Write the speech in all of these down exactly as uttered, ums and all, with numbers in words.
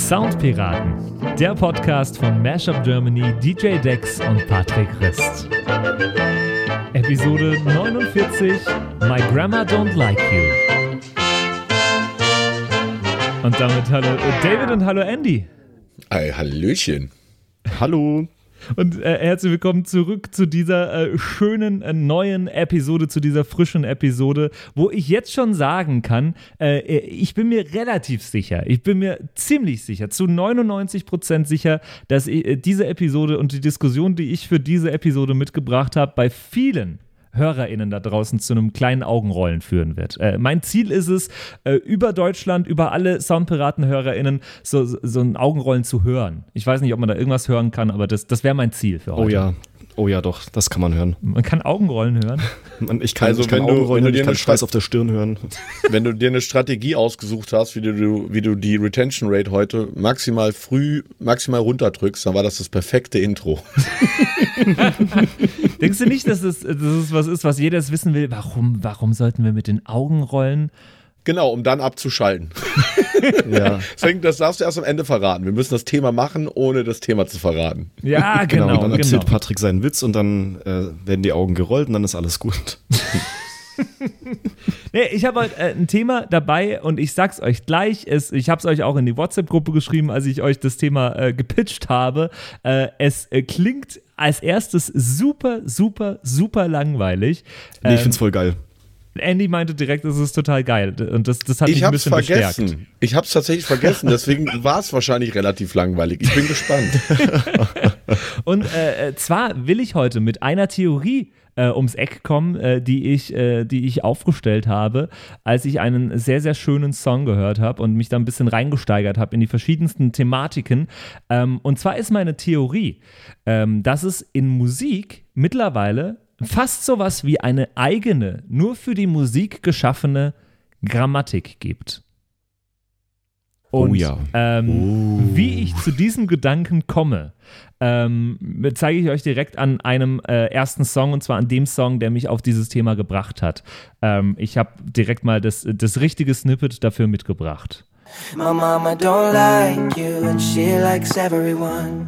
Soundpiraten, der Podcast von Mashup Germany, D J Dex und Patrick Rist. Episode neunundvierzig, My Grandma Don't Like You. Und damit hallo David und hallo Andy. Hey, Hallöchen. Hallo. Und äh, herzlich willkommen zurück zu dieser äh, schönen äh, neuen Episode, zu dieser frischen Episode, wo ich jetzt schon sagen kann, äh, ich bin mir relativ sicher, ich bin mir ziemlich sicher, zu neunundneunzig Prozent sicher, dass ich, äh, diese Episode und die Diskussion, die ich für diese Episode mitgebracht habe, bei vielen HörerInnen da draußen zu einem kleinen Augenrollen führen wird. Äh, mein Ziel ist es, äh, über Deutschland, über alle Soundpiraten-HörerInnen so, so ein Augenrollen zu hören. Ich weiß nicht, ob man da irgendwas hören kann, aber das, das wäre mein Ziel für heute. Oh ja, oh ja doch, das kann man hören. Man kann Augenrollen hören? Ich kann, also ich kann wenn du, Augenrollen wenn du hören, ich kann eine Schweiß auf der Stirn hören. Wenn du dir eine Strategie ausgesucht hast, wie du, wie du die Retention Rate heute maximal früh, maximal runterdrückst, dann war das das perfekte Intro. Denkst du nicht, dass das, dass das was ist, was jeder jetzt wissen will? Warum, warum sollten wir mit den Augen rollen? Genau, um dann abzuschalten. Ja. Deswegen, das darfst du erst am Ende verraten. Wir müssen das Thema machen, ohne das Thema zu verraten. Ja, genau. Genau, und dann erzählt genau. Patrick seinen Witz und dann äh, werden die Augen gerollt und dann ist alles gut. Nee, ich habe heute äh, ein Thema dabei und ich sag's euch gleich. Es, ich habe es euch auch in die WhatsApp-Gruppe geschrieben, als ich euch das Thema äh, gepitcht habe. Äh, es äh, klingt als erstes super, super, super langweilig. Nee, ich Ähm, find's voll geil. Andy meinte direkt, es ist total geil. Und das, das hat mich Ich ein hab's bisschen bestärkt. vergessen. Ich hab's tatsächlich vergessen, deswegen war es wahrscheinlich relativ langweilig. Ich bin gespannt. Und äh, zwar will ich heute mit einer Theorie äh, ums Eck kommen, äh, die, ich, äh, die ich aufgestellt habe, als ich einen sehr, sehr schönen Song gehört habe und mich da ein bisschen reingesteigert habe in die verschiedensten Thematiken. Ähm, und zwar ist meine Theorie, ähm, dass es in Musik mittlerweile fast sowas wie eine eigene, nur für die Musik geschaffene Grammatik gibt. Und Oh ja. ähm, Oh. wie ich zu diesem Gedanken komme, ähm, zeige ich euch direkt an einem äh, ersten Song, und zwar an dem Song, der mich auf dieses Thema gebracht hat. Ähm, ich habe direkt mal das, das richtige Snippet dafür mitgebracht. My mama don't like you and she likes everyone.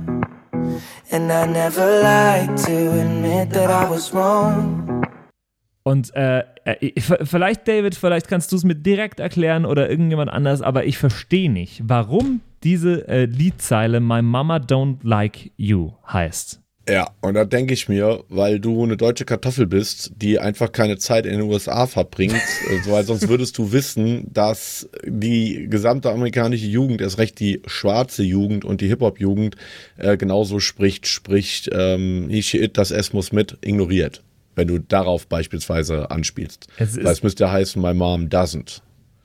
And I never like to admit that I was wrong. Und äh, äh, vielleicht, David, vielleicht kannst du es mir direkt erklären oder irgendjemand anders, aber ich verstehe nicht, warum diese äh, Liedzeile My Mama Don't Like You heißt. Ja, und da denke ich mir, weil du eine deutsche Kartoffel bist, die einfach keine Zeit in den U S A verbringt, äh, weil sonst würdest du wissen, dass die gesamte amerikanische Jugend, erst recht die schwarze Jugend und die Hip-Hop-Jugend äh, genauso spricht, spricht ähm, he, she, it, das S muss mit, ignoriert. Wenn du darauf beispielsweise anspielst. Es ist- Weil es müsste ja heißen, my mom doesn't.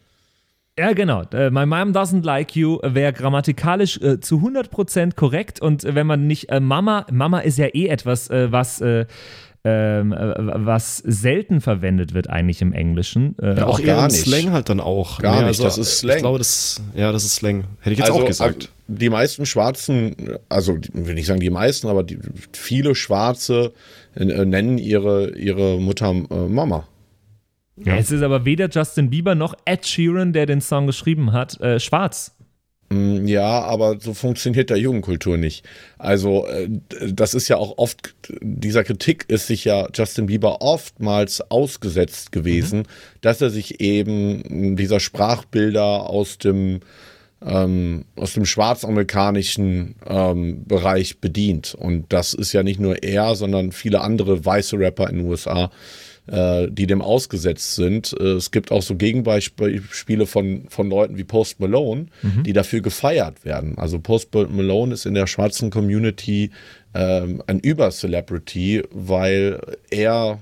Ja, genau. Äh, My Mom Doesn't Like You wäre grammatikalisch äh, zu hundert Prozent korrekt. Und äh, wenn man nicht äh, Mama, Mama ist ja eh etwas, äh, was, äh, ähm, äh, was selten verwendet wird eigentlich im Englischen. Äh, Ja, auch, auch eher gar im nicht. Slang halt dann auch. Gar Ja, nicht, das ist Slang. Ich glaube, das, ja, das ist Slang. Hätte ich jetzt also, auch gesagt. Die meisten Schwarzen, also die- will nicht sagen die meisten, aber die, viele Schwarze äh, nennen ihre, ihre Mutter äh, Mama. Ja. Es ist aber weder Justin Bieber noch Ed Sheeran, der den Song geschrieben hat, äh, schwarz. Mm, Ja, aber so funktioniert der Jugendkultur nicht. Also äh, das ist ja auch oft, dieser Kritik ist sich ja Justin Bieber oftmals ausgesetzt gewesen, dass er sich eben dieser Sprachbilder aus dem ähm, aus dem schwarzamerikanischen ähm, Bereich bedient. Und das ist ja nicht nur er, sondern viele andere weiße Rapper in den U S A, äh, die dem ausgesetzt sind. Äh, es gibt auch so Gegenbeispiele von, von Leuten wie Post Malone, die dafür gefeiert werden. Also Post Malone ist in der schwarzen Community ähm, ein Über-Celebrity, weil er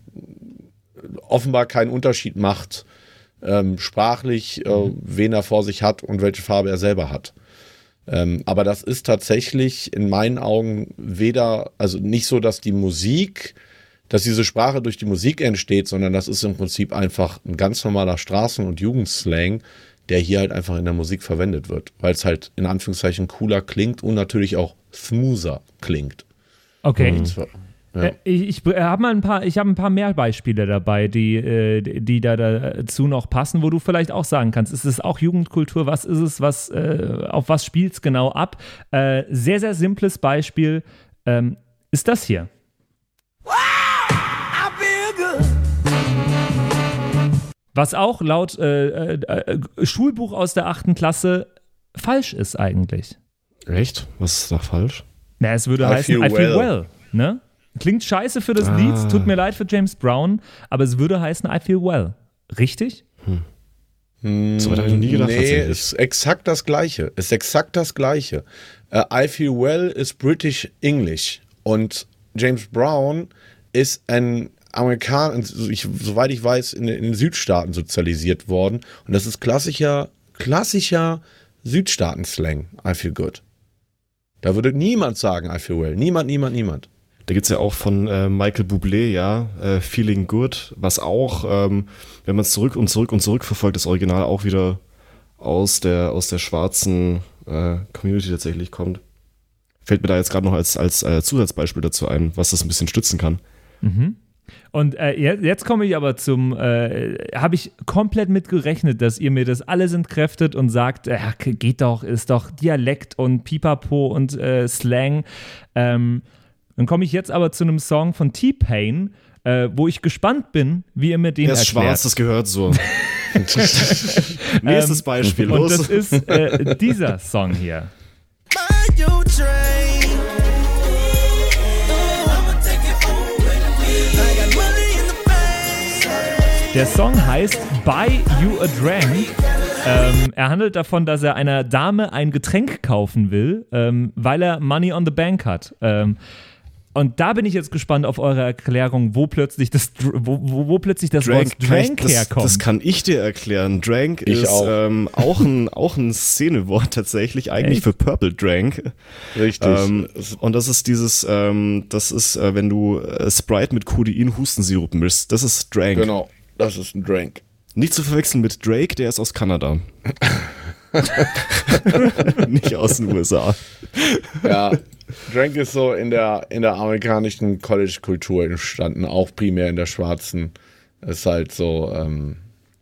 offenbar keinen Unterschied macht, ähm, sprachlich, äh, wen er vor sich hat und welche Farbe er selber hat. Ähm, aber das ist tatsächlich in meinen Augen weder, also nicht so, dass die Musik, dass diese Sprache durch die Musik entsteht, sondern das ist im Prinzip einfach ein ganz normaler Straßen- und Jugendslang, der hier halt einfach in der Musik verwendet wird, weil es halt in Anführungszeichen cooler klingt und natürlich auch smoother klingt. Okay. Und zwar- Ja. Äh, Ich, ich habe mal ein paar, ich habe ein paar mehr Beispiele dabei, die, äh, die da dazu noch passen, wo du vielleicht auch sagen kannst, ist es auch Jugendkultur? Was ist es? Was, äh, auf was spielt es genau ab? Äh, sehr, sehr simples Beispiel ähm, ist das hier. Was auch laut äh, äh, Schulbuch aus der achten Klasse falsch ist eigentlich. Echt? Was ist da falsch? Na, es würde I heißen feel I feel well. well, ne? Klingt scheiße für das Ah. Lied, tut mir leid für James Brown, aber es würde heißen I feel well. Richtig? So weit habe ich noch nie gedacht, Nee, tatsächlich. ist exakt das Gleiche. Ist exakt das Gleiche. Uh, I Feel Well ist British English und James Brown ist ein Amerikaner, ich, soweit ich weiß, in, in den Südstaaten sozialisiert worden und das ist klassischer, klassischer Südstaaten-Slang. I feel good. Da würde niemand sagen I feel well. Niemand, niemand, niemand. Da gibt es ja auch von äh, Michael Bublé, ja, äh, Feeling Good, was auch, ähm, wenn man es zurück und zurück und zurück verfolgt, das Original auch wieder aus der, aus der schwarzen äh, Community tatsächlich kommt. Fällt mir da jetzt gerade noch als, als äh, Zusatzbeispiel dazu ein, was das ein bisschen stützen kann. Mhm. Und äh, jetzt, jetzt komme ich aber zum, äh, habe ich komplett mit gerechnet, dass ihr mir das alles entkräftet und sagt, äh, geht doch, ist doch Dialekt und Pipapo und äh, Slang. Ähm, dann komme ich jetzt aber zu einem Song von T-Pain, äh, wo ich gespannt bin, wie ihr mir den Der ist erklärt. schwarz, das gehört so. Nächstes Beispiel, Und los. das ist äh, dieser Song hier. Der Song heißt Buy You a Drank. Ähm, er handelt davon, dass er einer Dame ein Getränk kaufen will, ähm, weil er Money on the Bank hat. Ähm, und da bin ich jetzt gespannt auf eure Erklärung, wo plötzlich das, wo, wo, wo plötzlich das Wort Drank, kann ich, Drank das, herkommt. das kann ich dir erklären. Drank Ich ist auch. Ähm, auch, ein, auch ein Szenewort tatsächlich, eigentlich Echt? für Purple Drank. Richtig. Ähm, und das ist dieses, ähm, das ist, äh, wenn du äh, Sprite mit Codein Hustensirup mischst. Das ist Drank. Genau, das ist ein Drank. Nicht zu verwechseln mit Drake, der ist aus Kanada. Nicht aus den U S A. Ja, Drank ist so in der, in der amerikanischen College-Kultur entstanden, auch primär in der schwarzen. Ist halt so, ähm,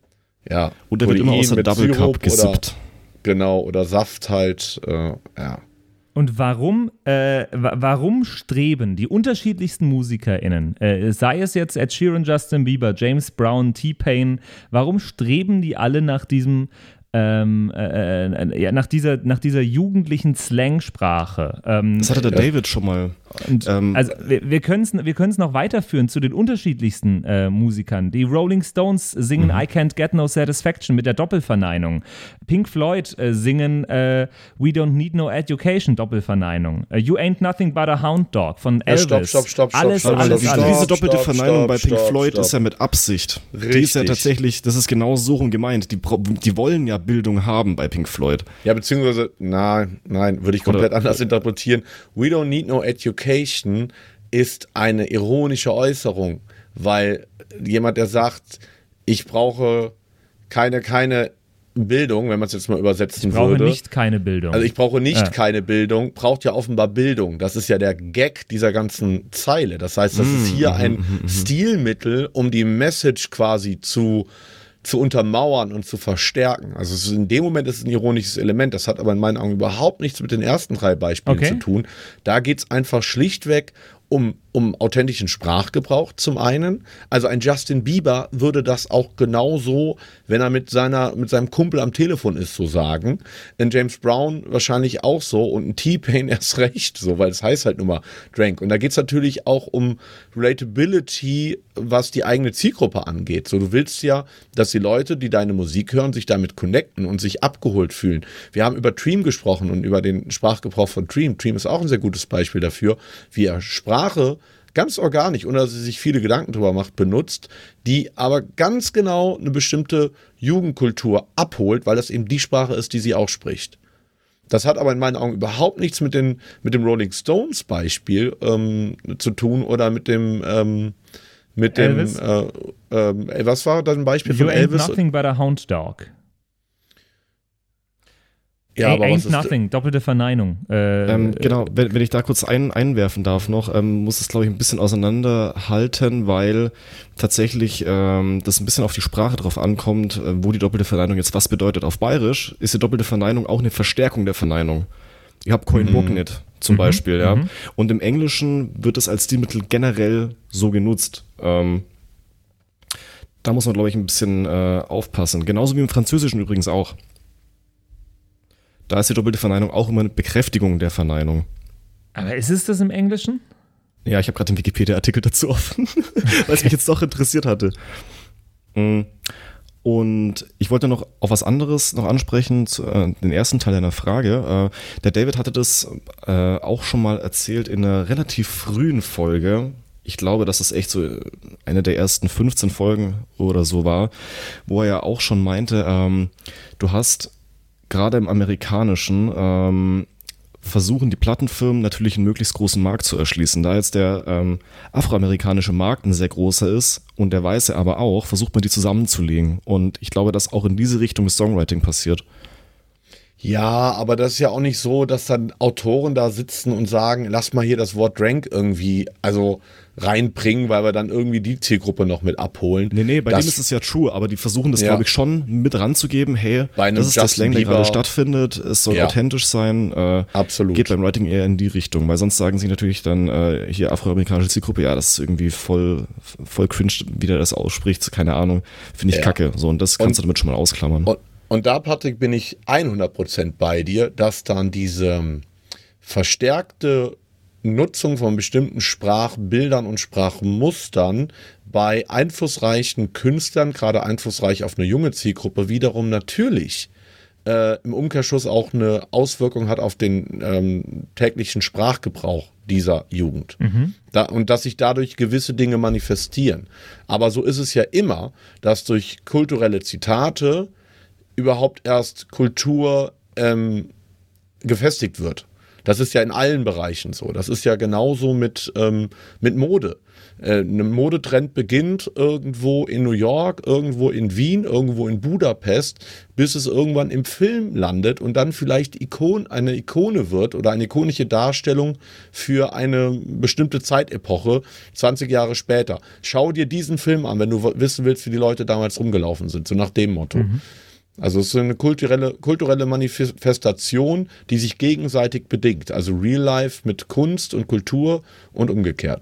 ja. Und der wird immer Codein aus der mit Double Sirup Cup oder, gesippt. Genau, oder Saft halt, äh, ja. Und warum, äh, wa- warum streben die unterschiedlichsten MusikerInnen, äh, sei es jetzt Ed Sheeran, Justin Bieber, James Brown, T-Pain, warum streben die alle nach diesem, ähm, äh, äh, ja, nach dieser, nach dieser jugendlichen Slangsprache? Ähm, Das hatte der David schon mal. Und Ähm, also wir, wir können es wir können's noch weiterführen zu den unterschiedlichsten äh, Musikern. Die Rolling Stones singen I Can't Get No Satisfaction mit der Doppelverneinung. Pink Floyd äh, singen äh, We Don't Need No Education, Doppelverneinung. Äh, You Ain't Nothing But a Hound Dog von Ja, Elvis. stopp, stopp, stopp, stopp, alles, stopp, alles, stopp, alles. Diese stopp, doppelte stopp, Verneinung bei stopp, Pink stopp, Floyd stopp. ist ja mit Absicht. Die ist ja Richtig. tatsächlich, das ist genau so rum gemeint. Die, bra- die wollen ja Bildung haben bei Pink Floyd. Ja, beziehungsweise, nein, nein, würde ich komplett Oder- anders interpretieren. We don't need no education ist eine ironische Äußerung, weil jemand, der sagt, ich brauche keine, keine Bildung, wenn man es jetzt mal übersetzen Ich brauche würde. nicht keine Bildung. Also ich brauche nicht Ja. keine Bildung, braucht ja offenbar Bildung. Das ist ja der Gag dieser ganzen Zeile. Das heißt, das ist hier ein Stilmittel, um die Message quasi zu, zu untermauern und zu verstärken. Also es ist in dem Moment ist es ein ironisches Element. Das hat aber in meinen Augen überhaupt nichts mit den ersten drei Beispielen Okay. zu tun. Da geht es einfach schlichtweg um, um authentischen Sprachgebrauch zum einen. Also ein Justin Bieber würde das auch genauso, wenn er mit seiner, mit seinem Kumpel am Telefon ist, so sagen. Ein James Brown wahrscheinlich auch so und ein T-Pain erst recht so, weil es heißt halt nur mal Drank. Und da geht es natürlich auch um Relatability, was die eigene Zielgruppe angeht. So, du willst ja, dass die Leute, die deine Musik hören, sich damit connecten und sich abgeholt fühlen. Wir haben über Dream gesprochen und über den Sprachgebrauch von Dream. Dream ist auch ein sehr gutes Beispiel dafür, wie er Sprache ganz organisch, ohne dass sie sich viele Gedanken drüber macht, benutzt, die aber ganz genau eine bestimmte Jugendkultur abholt, weil das eben die Sprache ist, die sie auch spricht. Das hat aber in meinen Augen überhaupt nichts mit, den, mit dem Rolling Stones Beispiel ähm, zu tun oder mit dem ähm, mit dem Elvis? äh, ähm, ey, was war das ein Beispiel You von Ain't Elvis? Nothing But a Hound Dog. Ja, aber Ain't was ist Nothing, doppelte Verneinung. Äh, Ähm, genau, wenn, wenn ich da kurz ein, einwerfen darf noch, ähm, muss es, glaube ich, ein bisschen auseinanderhalten, weil tatsächlich ähm, das ein bisschen auf die Sprache drauf ankommt, äh, wo die doppelte Verneinung jetzt was bedeutet. Auf Bayerisch ist die doppelte Verneinung auch eine Verstärkung der Verneinung. Ich habe Coin Book nicht zum Mhm. Beispiel, ja. Mhm. Und im Englischen wird es als Stilmittel generell so genutzt. Ähm, da muss man, glaube ich, ein bisschen äh, aufpassen. Genauso wie im Französischen übrigens auch. Da ist die doppelte Verneinung auch immer eine Bekräftigung der Verneinung. aber ist es das im Englischen? Ja, ich habe gerade den Wikipedia-Artikel dazu offen, weil es mich jetzt doch interessiert hatte. Und ich wollte noch auf was anderes noch ansprechen, zu, äh, den ersten Teil deiner Frage. Äh, der David hatte das äh, auch schon mal erzählt in einer relativ frühen Folge. Ich glaube, dass das echt so eine der ersten fünfzehn Folgen oder so war, wo er ja auch schon meinte, ähm, du hast gerade im Amerikanischen ähm, versuchen die Plattenfirmen natürlich einen möglichst großen Markt zu erschließen. Da jetzt der ähm, afroamerikanische Markt ein sehr großer ist und der weiße aber auch, versucht man die zusammenzulegen. Und ich glaube, dass auch in diese Richtung das Songwriting passiert. Ja, aber das ist ja auch nicht so, dass dann Autoren da sitzen und sagen, lass mal hier das Wort Drank irgendwie also reinbringen, weil wir dann irgendwie die Zielgruppe noch mit abholen. Nee, nee, bei das, denen ist es ja true, aber die versuchen das, Ja. glaube ich, schon mit ranzugeben, hey, Bei einem das ist der Justin Slang, der Bieber. gerade stattfindet, es soll Ja. authentisch sein, äh, Absolut. geht beim Writing eher in die Richtung, weil sonst sagen sie natürlich dann äh, hier afroamerikanische Zielgruppe, ja, das ist irgendwie voll, voll cringe, wie der das ausspricht, keine Ahnung, finde ich Ja. kacke, so, und das kannst Und- du damit schon mal ausklammern. Und, und da, Patrick, bin ich hundert Prozent bei dir, dass dann diese ähm, verstärkte Nutzung von bestimmten Sprachbildern und Sprachmustern bei einflussreichen Künstlern, gerade einflussreich auf eine junge Zielgruppe, wiederum natürlich äh, im Umkehrschluss auch eine Auswirkung hat auf den ähm, täglichen Sprachgebrauch dieser Jugend. Da, und dass sich dadurch gewisse Dinge manifestieren. Aber so ist es ja immer, dass durch kulturelle Zitate überhaupt erst Kultur ähm, gefestigt wird. Das ist ja in allen Bereichen so. Das ist ja genauso mit, ähm, mit Mode. Äh, ein Modetrend beginnt irgendwo in New York, irgendwo in Wien, irgendwo in Budapest, bis es irgendwann im Film landet und dann vielleicht Ikon, eine Ikone wird oder eine ikonische Darstellung für eine bestimmte Zeitepoche, zwanzig Jahre später. Schau dir diesen Film an, wenn du w- wissen willst, wie die Leute damals rumgelaufen sind, so nach dem Motto. Mhm. Also es ist eine kulturelle, kulturelle Manifestation, die sich gegenseitig bedingt. Also Real Life mit Kunst und Kultur und umgekehrt.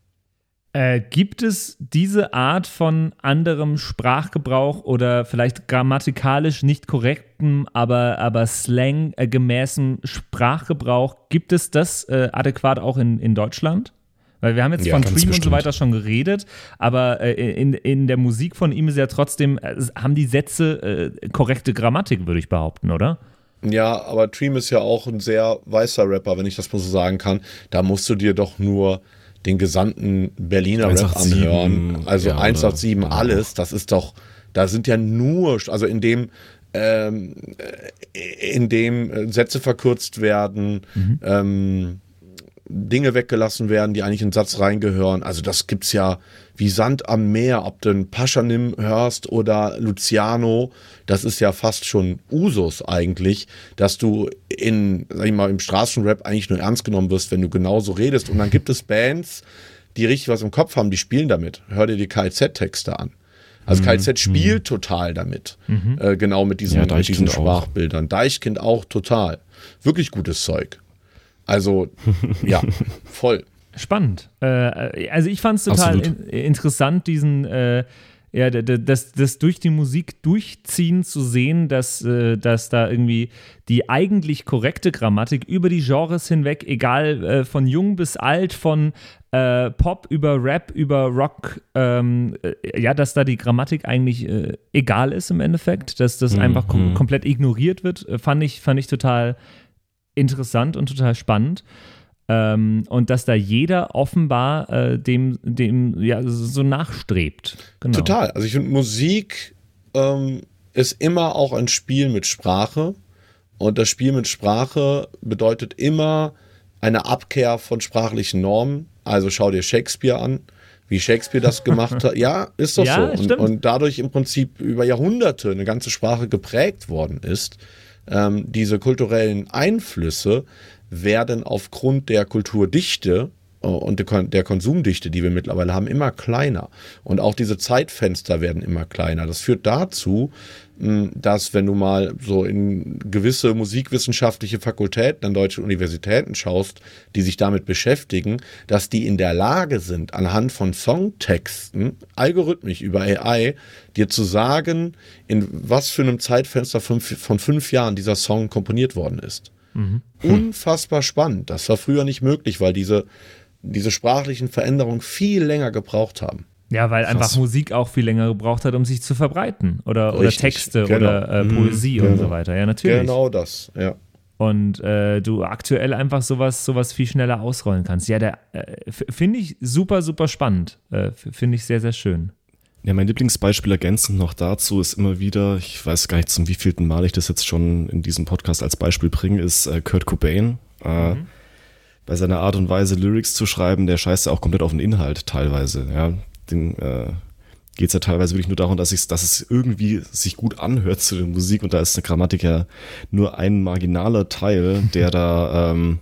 Äh, gibt es diese Art von anderem Sprachgebrauch oder vielleicht grammatikalisch nicht korrektem, aber, aber Slang-gemäßem Sprachgebrauch, gibt es das äh, adäquat auch in, in Deutschland? Weil wir haben jetzt Ja, von ganz Dream und so bestimmt. weiter schon geredet, aber äh, in, in der Musik von ihm ist ja trotzdem, äh, haben die Sätze äh, korrekte Grammatik, würde ich behaupten, oder? Ja, aber Dream ist ja auch ein sehr weißer Rapper, wenn ich das mal so sagen kann. Da musst du dir doch nur den gesamten Berliner Rap hundertsiebenundachtzig, anhören. Also ja, oder- hundertsiebenundachtzig, oder alles, das ist doch, da sind ja nur, also in dem, ähm, in dem Sätze verkürzt werden, ähm, Dinge weggelassen werden, die eigentlich in den Satz reingehören. Also das gibt's ja wie Sand am Meer, ob du einen Paschanim hörst oder Luciano, das ist ja fast schon Usus eigentlich, dass du in, sag ich mal, im Straßenrap eigentlich nur ernst genommen wirst, wenn du genauso redest. Und dann gibt es Bands, die richtig was im Kopf haben, die spielen damit. Hör dir die K Z-Texte an. Also K Z spielt total damit. Äh, genau mit diesen, Ja, mit diesen Deichkind auch. Sprachbildern. Deichkind auch total. Wirklich gutes Zeug. Also, ja, voll. Spannend. Äh, also ich fand es total in, Absolut. interessant, diesen äh, ja, d- d- das, das durch die Musik durchziehen zu sehen, dass, äh, dass da irgendwie die eigentlich korrekte Grammatik über die Genres hinweg, egal äh, von jung bis alt, von äh, Pop über Rap, über Rock, ähm, äh, ja, dass da die Grammatik eigentlich äh, egal ist im Endeffekt, dass das einfach kom- komplett ignoriert wird, äh, fand ich, fand ich total interessant und total spannend. Ähm, und dass da jeder offenbar äh, dem, dem ja, so nachstrebt. Genau. Total. Also ich finde, Musik ähm, ist immer auch ein Spiel mit Sprache. Und das Spiel mit Sprache bedeutet immer eine Abkehr von sprachlichen Normen. Also schau dir Shakespeare an, wie Shakespeare das gemacht hat. Ja, ist doch Ja, so. Und, stimmt. und dadurch im Prinzip über Jahrhunderte eine ganze Sprache geprägt worden ist. ähm, diese kulturellen Einflüsse werden aufgrund der Kulturdichte und der Konsumdichte, die wir mittlerweile haben, immer kleiner. Und auch diese Zeitfenster werden immer kleiner. Das führt dazu, dass, wenn du mal so in gewisse musikwissenschaftliche Fakultäten an deutschen Universitäten schaust, die sich damit beschäftigen, dass die in der Lage sind, anhand von Songtexten, algorithmisch über A I, dir zu sagen, in was für einem Zeitfenster von, von fünf Jahren dieser Song komponiert worden ist. Mhm. Unfassbar spannend. Das war früher nicht möglich, weil diese diese sprachlichen Veränderungen viel länger gebraucht haben. Ja, weil Krass. einfach Musik auch viel länger gebraucht hat, um sich zu verbreiten. Oder, oder Texte genau. oder äh, Poesie mhm, und genau. so weiter. Ja, natürlich. Genau das, ja. Und äh, du aktuell einfach sowas, sowas viel schneller ausrollen kannst. Ja, der äh, finde ich super, super spannend. Äh, finde ich sehr, sehr schön. Ja, mein Lieblingsbeispiel ergänzend noch dazu ist immer wieder, ich weiß gar nicht, zum wievielten Mal ich das jetzt schon in diesem Podcast als Beispiel bringe, ist äh, Kurt Cobain. Äh, mhm. Bei seiner Art und Weise, Lyrics zu schreiben, der scheißt ja auch komplett auf den Inhalt teilweise. Ja, den äh, geht es ja teilweise wirklich nur darum, dass, ich, dass es irgendwie sich gut anhört zu der Musik, und da ist eine Grammatik ja nur ein marginaler Teil, der da ähm,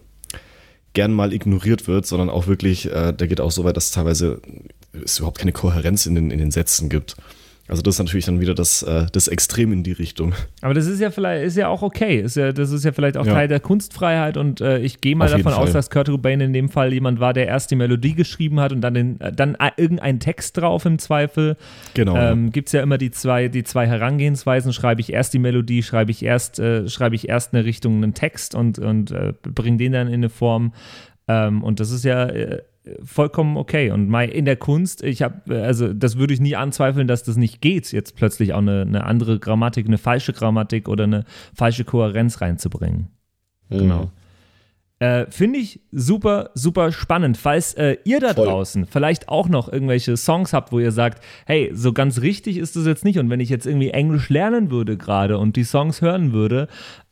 gern mal ignoriert wird, sondern auch wirklich, äh, der geht auch so weit, dass teilweise es überhaupt keine Kohärenz in den, in den Sätzen gibt. Also das ist natürlich dann wieder das, äh, das Extrem in die Richtung. Aber das ist ja vielleicht, ist ja auch okay. Ist ja, das ist ja vielleicht auch ja. Teil der Kunstfreiheit, und äh, ich gehe mal Auf davon jeden aus, Fall. dass Kurt Cobain in dem Fall jemand war, der erst die Melodie geschrieben hat und dann, den, dann irgendeinen Text drauf im Zweifel. Genau. Ähm, ja. Gibt es ja immer die zwei, die zwei Herangehensweisen. Schreibe ich erst die Melodie, schreibe ich erst, äh, schreibe ich erst eine Richtung einen Text und, und äh, bringe den dann in eine Form. Ähm, und das ist ja äh, vollkommen okay. Und mal in der Kunst, ich habe, also das würde ich nie anzweifeln, dass das nicht geht, jetzt plötzlich auch eine, eine andere Grammatik, eine falsche Grammatik oder eine falsche Kohärenz reinzubringen. Mhm. Genau. Äh, Finde ich super, super spannend. Falls äh, ihr da Voll. draußen vielleicht auch noch irgendwelche Songs habt, wo ihr sagt, hey, so ganz richtig ist das jetzt nicht, und wenn ich jetzt irgendwie Englisch lernen würde gerade und die Songs hören würde,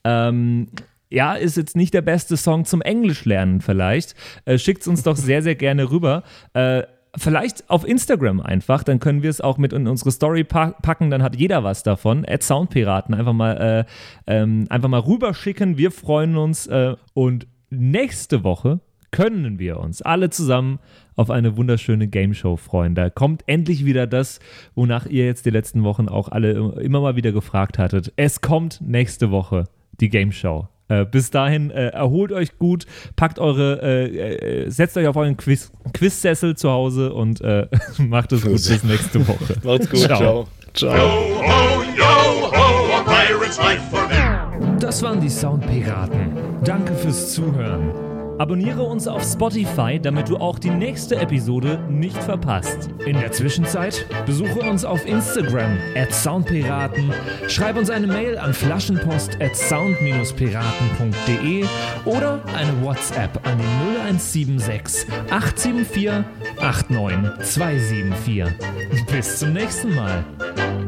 ähm, ja, ist jetzt nicht der beste Song zum Englischlernen vielleicht. Äh, schickt's uns doch sehr, sehr gerne rüber. Äh, vielleicht auf Instagram einfach, dann können wir es auch mit in unsere Story pa- packen, dann hat jeder was davon. at Soundpiraten, einfach mal, äh, ähm, einfach mal rüberschicken. Wir freuen uns. Äh, und nächste Woche können wir uns alle zusammen auf eine wunderschöne Game Show freuen. Da kommt endlich wieder das, wonach ihr jetzt die letzten Wochen auch alle immer mal wieder gefragt hattet. Es kommt nächste Woche die Game Show. Äh, bis dahin, äh, erholt euch gut, packt eure, äh, äh, setzt euch auf euren Quiz- Quizsessel zu Hause und äh, macht es gut bis nächste Woche. Macht's gut, ciao. Ciao. Yo ho, yo ho, a pirate's life for me. Das waren die Soundpiraten. Danke fürs Zuhören. Abonniere uns auf Spotify, damit du auch die nächste Episode nicht verpasst. In der Zwischenzeit besuche uns auf Instagram at Soundpiraten, schreib uns eine Mail an flaschenpost at sound piraten punkt de oder eine WhatsApp an die null eins sieben sechs acht sieben vier acht neun zwei sieben vier. Bis zum nächsten Mal.